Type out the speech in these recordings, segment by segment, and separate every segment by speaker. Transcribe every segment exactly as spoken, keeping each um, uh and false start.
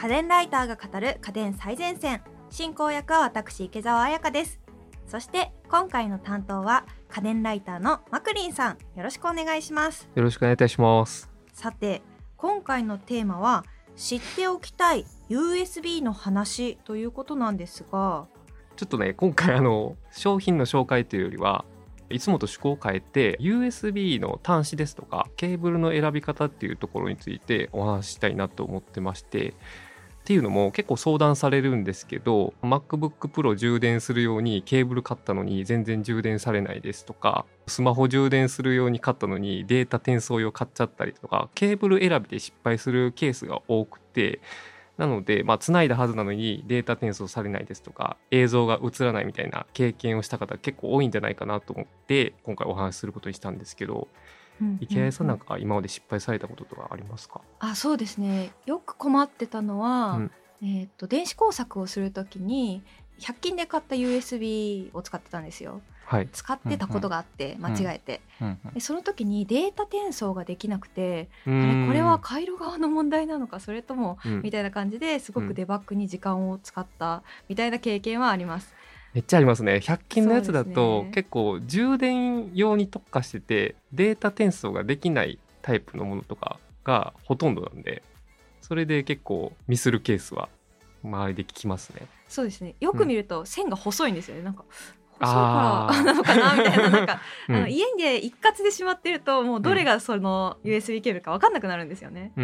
Speaker 1: 家電ライターが語る家電最前線、進行役は私池澤彩香です。そして今回の担当は家電ライターのマクリンさん、よろしくお願いします。
Speaker 2: よろしくお願いいたします。
Speaker 1: さて今回のテーマは知っておきたい ユーエスビー の話ということなんですが、
Speaker 2: ちょっとね今回あの商品の紹介というよりはいつもと趣向を変えて ユーエスビー の端子ですとかケーブルの選び方っていうところについてお話ししたいなと思ってまして、っていうのも結構相談されるんですけど MacBook Pro 充電するようにケーブル買ったのに全然充電されないですとか、スマホ充電するように買ったのにデータ転送用買っちゃったりとか、ケーブル選びで失敗するケースが多くて、なので、まあ、繋いだはずなのにデータ転送されないですとか映像が映らないみたいな経験をした方結構多いんじゃないかなと思って今回お話しすることにしたんですけど、うんうんうん、池谷さんなんか今まで失敗されたこととかありますか？
Speaker 1: あ、そうですね、よく困ってたのは、うんえー、と電子工作をするときにひゃく均で買った ユーエスビー を使ってたんですよ。はい、使ってたことがあって、うんうん、間違えて、うんうん、でその時にデータ転送ができなくて、あれこれは回路側の問題なのかそれとも、うん、みたいな感じですごくデバッグに時間を使ったみたいな経験はあります。
Speaker 2: めっちゃありますね。ひゃく均のやつだと、ね、結構充電用に特化しててデータ転送ができないタイプのものとかがほとんどなんで、それで結構ミスるケースは周りで聞きますね。
Speaker 1: そうですね、よく見ると線が細いんですよね、うん、なんか細いからなのかなみたいな、なんか、うん、あの家で一括でしまってるともうどれがその ユーエスビー ケーブルか分かんなくなるんですよね、うん、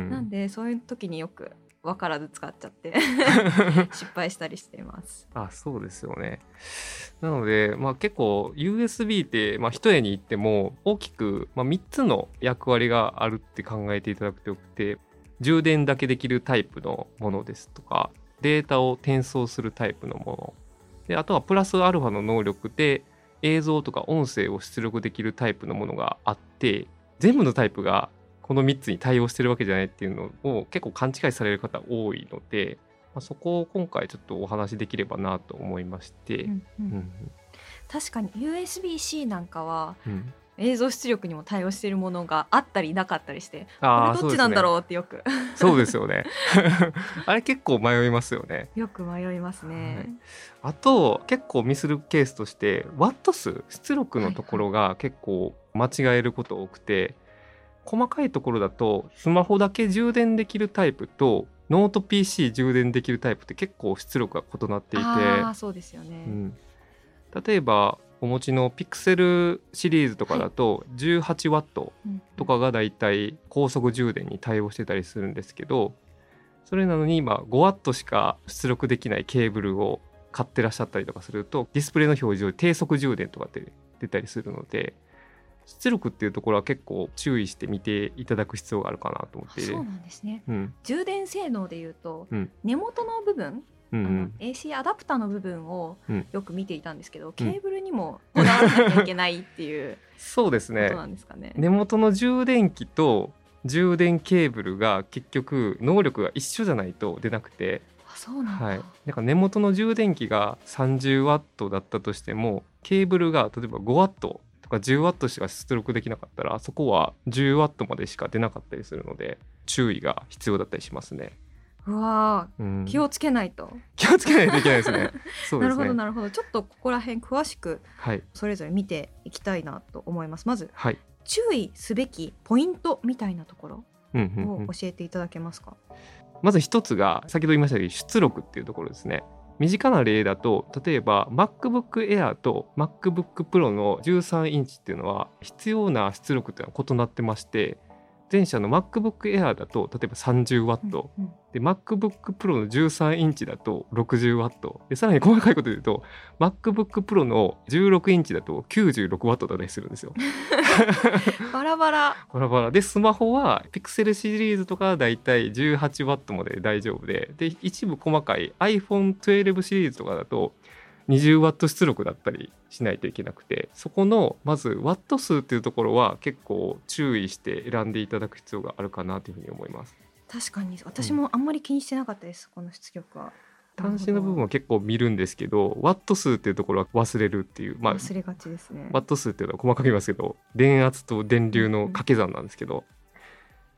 Speaker 1: なんでそういう時によく分からず使っちゃって失敗したりしています。
Speaker 2: あ、そうですよね。なので、まあ、結構 ユーエスビー って、まあ、一重に言っても大きく、まあ、みっつの役割があるって考えていただくとよくて、充電だけできるタイプのものですとかデータを転送するタイプのもので、あとはプラスアルファの能力で映像とか音声を出力できるタイプのものがあって、全部のタイプがこのみっつに対応してるわけじゃないっていうのを結構勘違いされる方多いので、まあ、そこを今回ちょっとお話しできればなと思いまして、うんうんうん、
Speaker 1: 確かに ユーエスビーC なんかは、うん映像出力にも対応しているものがあったりなかったりして、これどっちなんだろうってよく
Speaker 2: そうですよねあれ結構迷いますよね。
Speaker 1: よく迷いますね、
Speaker 2: はい、あと結構ミスるケースとしてワット数出力のところが結構間違えること多くて、はいはい、細かいところだとスマホだけ充電できるタイプとノート ピーシー 充電できるタイプって結構出力が異なっていて、
Speaker 1: あ、そうですよね、うん、
Speaker 2: 例えばお持ちのピクセルシリーズとかだとじゅうはちワットとかがだいたい高速充電に対応してたりするんですけど、それなのに今ごワットしか出力できないケーブルを買ってらっしゃったりとかするとディスプレイの表示より低速充電とかって出たりするので、出力っていうところは結構注意して見ていただく必要があるかなと思って。
Speaker 1: そうなんですね、うん、充電性能でいうと、うん、根元の部分
Speaker 2: うんうん、
Speaker 1: あの エーシー アダプターの部分をよく見ていたんですけど、うん、ケーブルにもこだわらなきゃいけないっていう
Speaker 2: そうですね、
Speaker 1: ことなんですかね。
Speaker 2: 根元の充電器と充電ケーブルが結局能力が一緒じゃないと出なくて、
Speaker 1: あ、そうなんだ、
Speaker 2: はい、だから根元の充電器がさんじゅうワットだったとしてもケーブルが例えばごワットとかじゅうワットしか出力できなかったらそこはじゅうワットまでしか出なかったりするので注意が必要だったりしますね。
Speaker 1: うわ、うん、気をつけないと
Speaker 2: 気をつけないといけないですねそうですね、
Speaker 1: なるほどなるほど。ちょっとここら辺詳しくそれぞれ見ていきたいなと思います。まず、はい、注意すべきポイントみたいなところを教えていただけますか？
Speaker 2: うんうんうん、まず一つが先ほど言いましたように出力っていうところですね。身近な例だと例えば MacBook Air と MacBook Pro のじゅうさんインチっていうのは必要な出力っていうのは異なってまして、前者の MacBook Air だと例えば さんじゅうワット、うんうん、で MacBook Pro のじゅうさんインチだと ろくじゅうワットで、さらに細かいことで言うと MacBook Pro のじゅうろくインチだと きゅうじゅうろくワットだったりするんですよ
Speaker 1: バラバラ
Speaker 2: バラバラで、スマホは Pixel シリーズとかだいたいじゅうはちワットまで大丈夫で、で一部細かい アイフォンじゅうに シリーズとかだとにじゅうワット出力だったりしないといけなくて、そこのまずワット数っていうところは結構注意して選んでいただく必要があるかなというふうに思います。
Speaker 1: 確かに私もあんまり気にしてなかったです、うん、この出力は。
Speaker 2: 端子の部分は結構見るんですけど、ワット数っていうところは忘れるっていう、
Speaker 1: まあ、忘れがちですね。
Speaker 2: ワット数っていうのは細かく言いますけど電圧と電流の掛け算なんですけど、うんうん、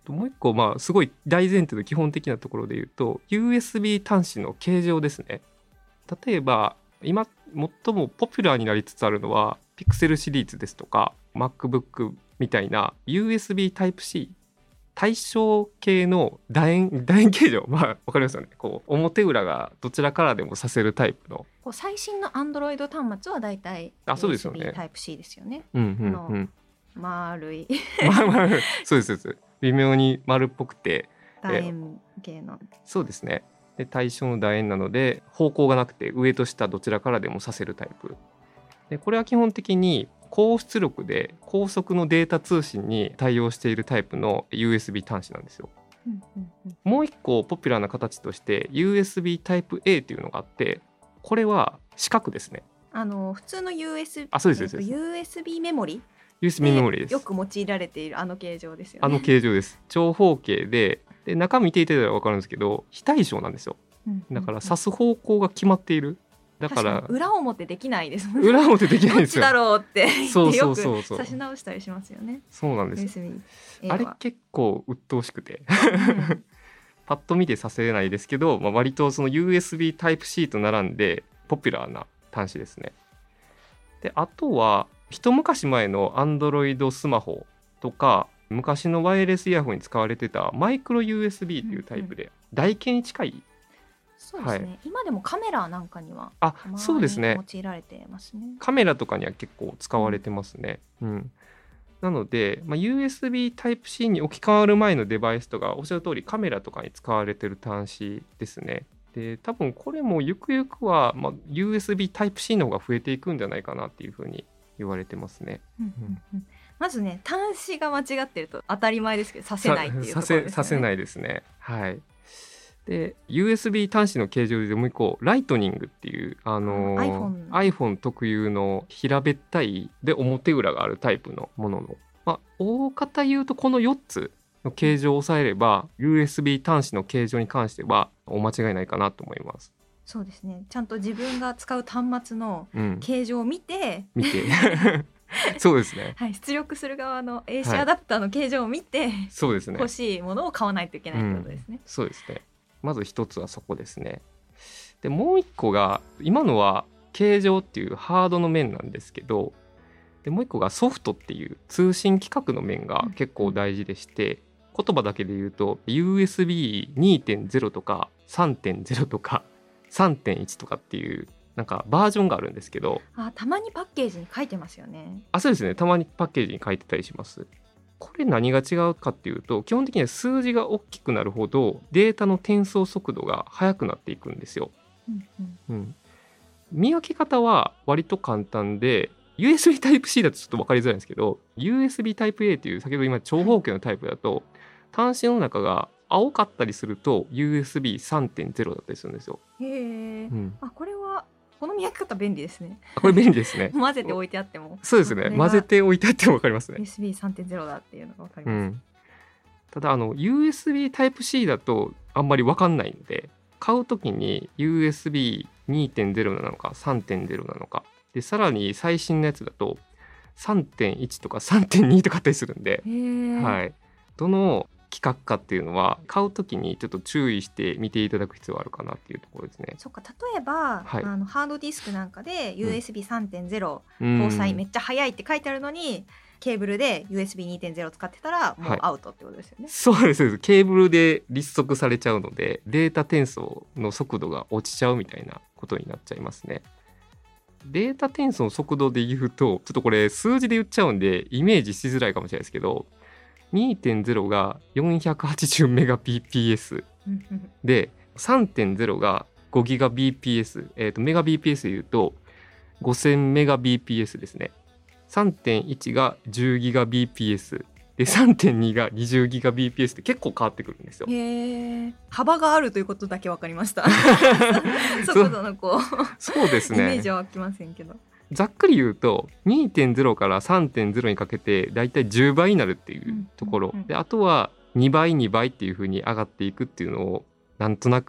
Speaker 2: もう一個、まあ、すごい大前提の基本的なところで言うと ユーエスビー 端子の形状ですね。例えば今最もポピュラーになりつつあるのは Pixel シリーズですとか MacBook みたいな ユーエスビー Type-C 対称系の楕円楕円形状、まあ分かりますよね。こう表裏がどちらからでもさせるタイプの
Speaker 1: こう最新の Android 端末はだいたい ユーエスビー Type-C ですよね。
Speaker 2: うんうんうん、
Speaker 1: 丸い
Speaker 2: そうですそうです。微妙に丸っぽくて
Speaker 1: 楕円形の、
Speaker 2: そうですね。で対称の楕円なので方向がなくて上と下どちらからでもさせるタイプで、これは基本的に高出力で高速のデータ通信に対応しているタイプの ユーエスビー 端子なんですよ、うんうんうん、もう一個ポピュラーな形として ユーエスビー Type-A っていうのがあって、これは四角ですね。
Speaker 1: あの普通の ユーエスビー、
Speaker 2: あ、そうですそうです。
Speaker 1: ユーエスビー メモリ
Speaker 2: ユーエスビー メモリです。
Speaker 1: よく用いられているあの形状ですよね。
Speaker 2: あの形状です。長方形で、で中見ていただいたら分かるんですけど非対称なんですよ。だから指す方向が決まっている。だから
Speaker 1: 裏表できないですもんね。
Speaker 2: 裏表できないんですよ。
Speaker 1: どっちだろうって
Speaker 2: そう
Speaker 1: よく
Speaker 2: そうそうそう
Speaker 1: 差し直したりしますよね。
Speaker 2: そうなんです。あれ結構鬱陶しくて、うん、パッと見てさせないですけど、まあ、割とその ユーエスビー Type-C と並んでポピュラーな端子ですね。であとは一昔前の Android スマホとか昔のワイヤレスイヤホンに使われてたマイクロ ユーエスビー というタイプで、うんうん、台形に近い。
Speaker 1: そうですね、はい、今でもカメラなんかには
Speaker 2: あそうですね
Speaker 1: 用いられてますね。
Speaker 2: カメラとかには結構使われてますね、うんうん、なので、まあ、ユーエスビー Type-C に置き換わる前のデバイスとかおっしゃる通りカメラとかに使われてる端子ですね。で多分これもゆくゆくは、まあ、ユーエスビー Type-C の方が増えていくんじゃないかなっていうふうに言われてますね、うんうん
Speaker 1: うん、まずね端子が間違ってると当たり前ですけどさせないっていうところですよね。
Speaker 2: させないですね。はい。で ユーエスビー 端子の形状でもう一個ライトニングっていう、あのー、iPhone, iPhone 特有の平べったいで表裏があるタイプのものの、まあ、大方言うとこのよっつの形状を抑えれば ユーエスビー 端子の形状に関してはお間違いないかなと思います。
Speaker 1: そうですね、ちゃんと自分が使う端末の形状を見て、
Speaker 2: うん、見てそうですね、
Speaker 1: はい、出力する側の エーシー アダプターの形状を見て、はい、そうですね、欲しいものを買わないといけないということですね、
Speaker 2: うん、そうですね。まず一つはそこですね。でもう一個が今のは形状っていうハードの面なんですけど、でもう一個がソフトっていう通信規格の面が結構大事でして、うん、言葉だけで言うと ユーエスビーにてんゼロ とか さんてんゼロ とか さんてんいち とかっていうなんかバージョンがあるんですけど、
Speaker 1: あ、たまにパッケージに書いてますよね。
Speaker 2: あ、そうですね、たまにパッケージに書いてたりします。これ何が違うかっていうと、基本的には数字が大きくなるほどデータの転送速度が速くなっていくんですよ、うんうんうん、見分け方は割と簡単で ユーエスビー Type-C だとちょっと分かりづらいんですけど ユーエスビー Type-A という先ほど今長方形のタイプだと端子の中が青かったりすると ユーエスビーさんてんゼロ だったりするんですよ。
Speaker 1: へー、うん、あ、これはこの見分け方便利ですね。
Speaker 2: これ便利ですね。
Speaker 1: 混ぜて置いてあっても。
Speaker 2: そうですね。混ぜて置いてあっても分かりますね。
Speaker 1: ユーエスビーさんてんゼロ だっていうのが分かります。うん、
Speaker 2: ただあの ユーエスビー Type-C だとあんまり分かんないので、買うときに ユーエスビーにてんゼロ なのか さんてんゼロ なのかで、さらに最新のやつだと さんてんいち とか さんてんに とかあったりするんで、はい、どの規格かっていうのは買うときにちょっと注意して見ていただく必要があるかなっていうところですね。
Speaker 1: そっか、例えば、はい、あのハードディスクなんかで ユーエスビーさんてんゼロ 搭載めっちゃ速いって書いてあるのに、ケーブルで ユーエスビーにてんゼロ 使ってたらもうアウトってことですよね、はい、
Speaker 2: そうです。ケーブルで立足されちゃうのでデータ転送の速度が落ちちゃうみたいなことになっちゃいますね。データ転送の速度で言うとちょっとこれ数字で言っちゃうんでイメージしづらいかもしれないですけど、にてんゼロ が よんひゃくはちじゅうメガビーピーエス で さんてんゼロ が ごギガビーピーエス、えーと、メガビーピーエスで言うとごせんメガビーピーエスですね。さんてんいち が じゅうギガビーピーエス で さんてんに が にじゅうギガビーピーエス って結構変わってくるんですよ。
Speaker 1: へー、幅があるということだけ分かりました速度のこう
Speaker 2: そうですね、
Speaker 1: イメージは湧きませんけど、
Speaker 2: ざっくり言うと にてんゼロ から さんてんゼロ にかけてだいたいじゅうばいになるっていうところ、うんうんうん、であとはにばいにばいっていう風に上がっていくっていうのをなんとなく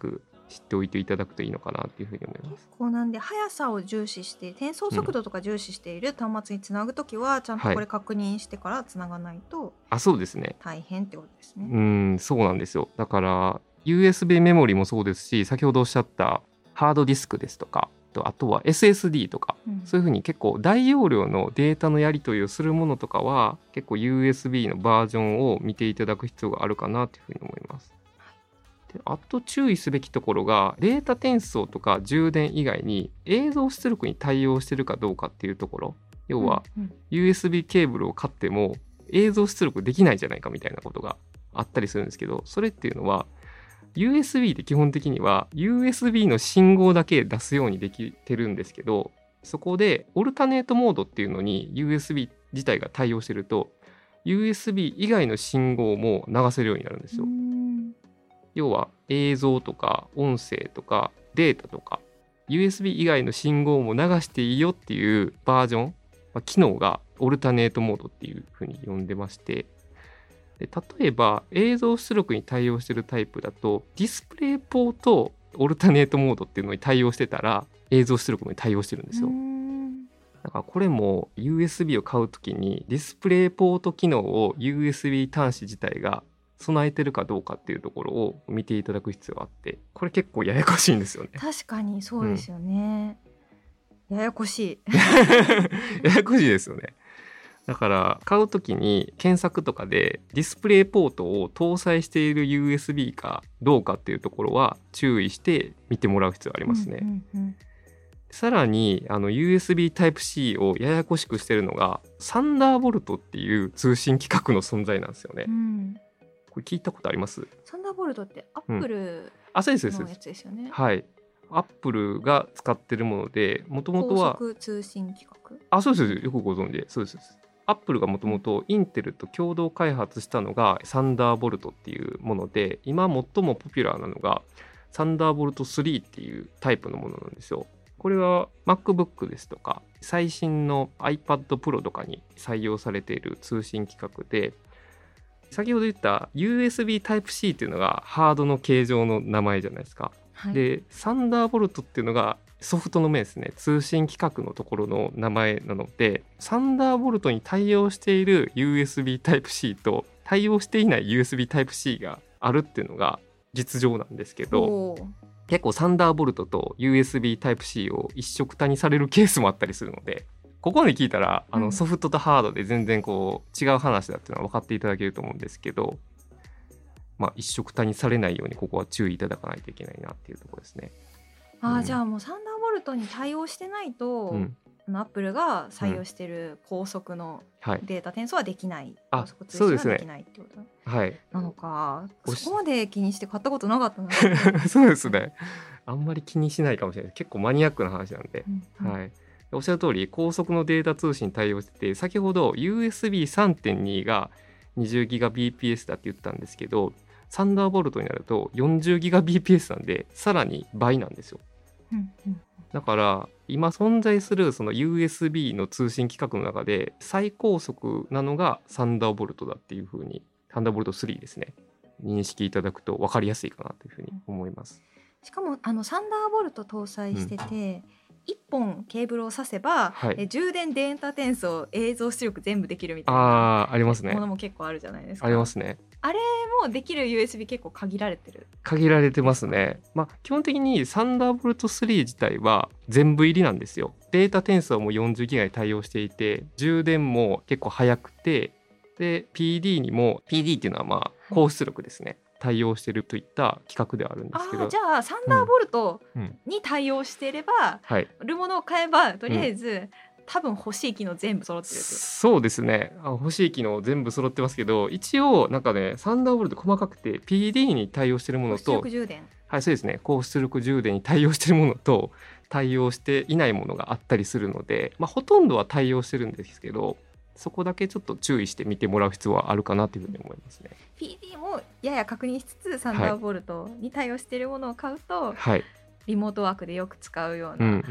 Speaker 2: 知っておいていただくといいのかなっていうふうに思います。
Speaker 1: 結構なんで速さを重視して転送速度とか重視している端末につなぐときは、うん、ちゃんとこれ確認してからつながないと、
Speaker 2: あ、そうですね、
Speaker 1: 大変ってことですね。
Speaker 2: うん、そうなんですよ。だから ユーエスビー メモリもそうですし、先ほどおっしゃったハードディスクですとか、あとは エスエスディー とか、うん、そういうふうに結構大容量のデータのやり取りをするものとかは結構 ユーエスビー のバージョンを見ていただく必要があるかなというふうに思います。で、あと注意すべきところがデータ転送とか充電以外に映像出力に対応しているかどうかっていうところ、要は ユーエスビー ケーブルを買っても映像出力できないじゃないかみたいなことがあったりするんですけど、それっていうのはユーエスビー って基本的には ユーエスビー の信号だけ出すようにできてるんですけど、そこでオルタネートモードっていうのに ユーエスビー 自体が対応してると ユーエスビー 以外の信号も流せるようになるんですよ。要は映像とか音声とかデータとか ユーエスビー 以外の信号も流していいよっていうバージョン、まあ、機能がオルタネートモードっていうふうに呼んでまして、で例えば映像出力に対応しているタイプだとディスプレイポートオルタネートモードっていうのに対応してたら映像出力に対応してるんですよ。だからこれも ユーエスビー を買うときにディスプレイポート機能を ユーエスビー 端子自体が備えてるかどうかっていうところを見ていただく必要があって、これ結構ややこしいんですよね。
Speaker 1: 確かにそうですよね、うん、ややこしい
Speaker 2: ややこしいですよね。だから買うときに検索とかでディスプレイポートを搭載している ユーエスビー かどうかっていうところは注意して見てもらう必要がありますね、うんうんうん、さらにあの ユーエスビー タイプ シー をややこしくしてるのがサンダーボルトっていう通信規格の存在なんですよね、うん、これ聞いたことあります？
Speaker 1: サンダーボルトってアップルのやつですよね、うん、
Speaker 2: はい、アップルが使ってるもので、もともとは
Speaker 1: 高速通信規格、
Speaker 2: あ、そうです、よくご存知で、そうです。アップルがもともとインテルと共同開発したのがサンダーボルトっていうもので、今最もポピュラーなのがサンダーボルトスリーっていうタイプのものなんですよ。これは MacBook ですとか最新の iPad Pro とかに採用されている通信規格で、先ほど言った ユーエスビー タイプ シー っていうのがハードの形状の名前じゃないですか、はい、でサンダーボルトっていうのがソフトの面ですね、通信規格のところの名前なので、サンダーボルトに対応している ユーエスビー タイプ シー と対応していない ユーエスビー タイプ シー があるっていうのが実情なんですけど、結構サンダーボルトと ユーエスビー タイプ シー を一緒くたにされるケースもあったりするので、ここまで聞いたらあのソフトとハードで全然こう違う話だっていうのは分かっていただけると思うんですけど、まあ、一緒くたにされないようにここは注意いただかないといけないなっていうところですね。
Speaker 1: あ、うん、じゃあもうサンダーボルトに対応してないと、うん、アップルが採用している高速のデータ転送はできない、うん、はい、高速通信はできないってことなのか、そ, そこまで気にして買ったことなかったな
Speaker 2: そうですね、あんまり気にしないかもしれない、結構マニアックな話なんで、うんうん、はい、おっしゃる通り高速のデータ通信に対応してて、先ほど ユーエスビーさんてんに が にじゅうギガビーピーエス だって言ったんですけど、サンダーボルトになると よんじゅうギガビーピーエス なんでさらに倍なんですよ、うんうん、だから今存在するその ユーエスビー の通信規格の中で最高速なのがサンダーボルトだっていう風に、サンダーボルトスリーですね、認識いただくと分かりやすいかなというふうに思います。
Speaker 1: しかもあのサンダーボルト搭載してて、うん、いっぽんケーブルを挿せば、はい、え充電データ転送映像出力全部できるみたいな
Speaker 2: あありますね、
Speaker 1: ものも結構あるじゃないですか。
Speaker 2: ありますね。
Speaker 1: あれもできる ユーエスビー 結構限られてる
Speaker 2: 限られてますね。まあ、基本的にサンダーボルトスリー自体は全部入りなんですよ。データ転送もよんじゅうギガに対応していて、充電も結構速くて、で ピーディー にも ピーディー っていうのはまあ高出力ですね、はい、対応しているといった規格ではあるんですけど、
Speaker 1: あじゃあサンダーボルトに対応していれば、うんうん、るものを買えばとりあえず、うん、多分欲しい機能全部揃ってるって。
Speaker 2: そうですね、あ欲しい機能全部揃ってますけど、一応なんかねサンダーボルト細かくて ピーディー に対応しているものと高出力充電、はいそうですね、高出力充電に対応しているものと対応していないものがあったりするので、まあ、ほとんどは対応してるんですけど、そこだけちょっと注意して見てもらう必要はあるかなというふうに思いますね。
Speaker 1: ピーディー もやや確認しつつサンダーボルトに対応しているものを買うと、はい、リモートワークでよく使うような、うんうんうん、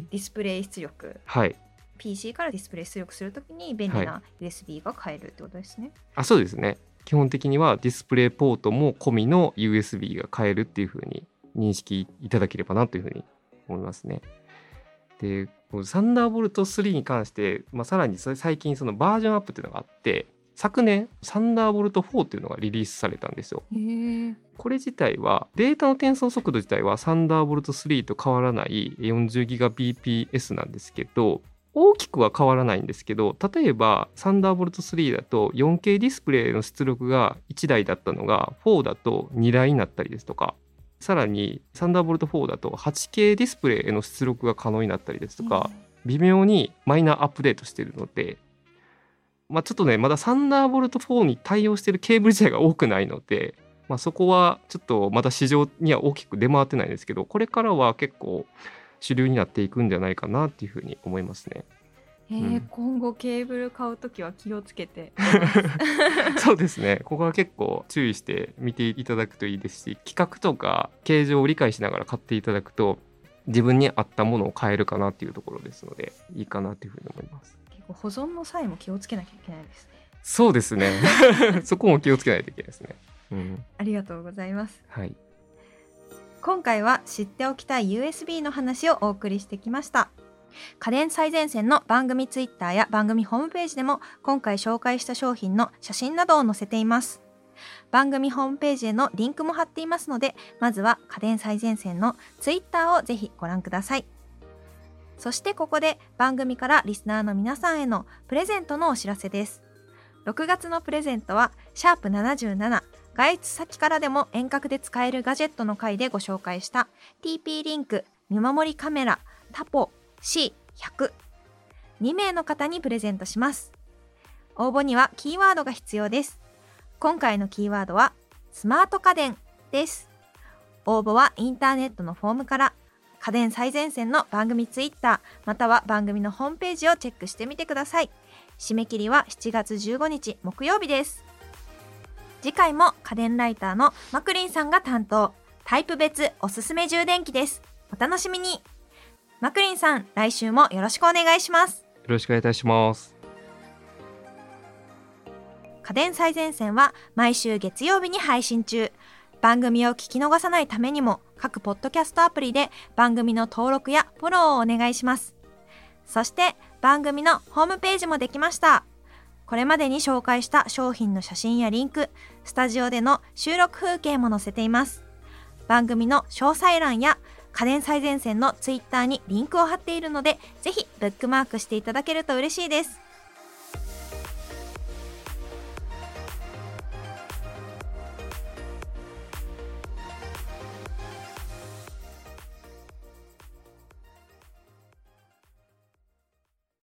Speaker 1: ディスプレイ出力、はい、ピーシー からディスプレイ出力するときに便利な ユーエスビー が買えるってことですね、はい、
Speaker 2: あそうですね、基本的にはディスプレイポートも込みの ユーエスビー が買えるっていうふうに認識いただければなというふうに思いますね。でサンダーボルトスリーに関して、まあ、さらに最近そのバージョンアップっていうのがあって、昨年サンダーボルトフォーっていうのがリリースされたんですよ。
Speaker 1: へー。
Speaker 2: これ自体はデータの転送速度自体はサンダーボルトスリーと変わらない よんじゅうギガビーピーエス なんですけど、大きくは変わらないんですけど、例えばサンダーボルトスリーだと よんケー ディスプレイの出力がいちだいだったのがフォーだとにだいになったりですとか、さらにサンダーボルトフォーだと はちケー ディスプレイへの出力が可能になったりですとか、微妙にマイナーアップデートしているので、まあ、ちょっとねまだサンダーボルトフォーに対応しているケーブル自体が多くないので、まあ、そこはちょっとまだ市場には大きく出回ってないんですけど、これからは結構主流になっていくんじゃないかなっていうふうに思いますね。
Speaker 1: えーうん、今後ケーブル買うときは気をつけて
Speaker 2: そうですね、ここは結構注意して見ていただくといいですし、規格とか形状を理解しながら買っていただくと自分に合ったものを買えるかなっていうところですので、いいかなというふうに思います。
Speaker 1: 結構保存の際も気をつけなきゃいけないですね。
Speaker 2: そうですねそこも気をつけないといけないですね、うん、
Speaker 1: ありがとうございます。
Speaker 2: はい、
Speaker 1: 今回は知っておきたい ユーエスビー の話をお送りしてきました。家電最前線の番組ツイッターや番組ホームページでも今回紹介した商品の写真などを載せています。番組ホームページへのリンクも貼っていますので、まずは家電最前線のツイッターをぜひご覧ください。そしてここで番組からリスナーの皆さんへのプレゼントのお知らせです。ろくがつのプレゼントはシャープななじゅうなな外出先からでも遠隔で使えるガジェットの回でご紹介した ティーピー リンク見守りカメラタポ シーひゃく にめいの方にプレゼントします。応募にはキーワードが必要です。今回のキーワードはスマート家電です。応募はインターネットのフォームから家電最前線の番組ツイッターまたは番組のホームページをチェックしてみてください。締め切りはしちがつじゅうごにち木曜日です。次回も家電ライターのマクリンさんが担当、タイプ別おすすめ充電器です。お楽しみに。マクリンさん、来週もよろしくお願いします。
Speaker 2: よろしくお願いいたします。
Speaker 1: 家電最前線は毎週月曜日に配信中。番組を聞き逃さないためにも各ポッドキャストアプリで番組の登録やフォローをお願いします。そして番組のホームページもできました。これまでに紹介した商品の写真やリンク、スタジオでの収録風景も載せています。番組の詳細欄や家電最前線のツイッターにリンクを貼っているので、ぜひブックマークしていただけると嬉しいです。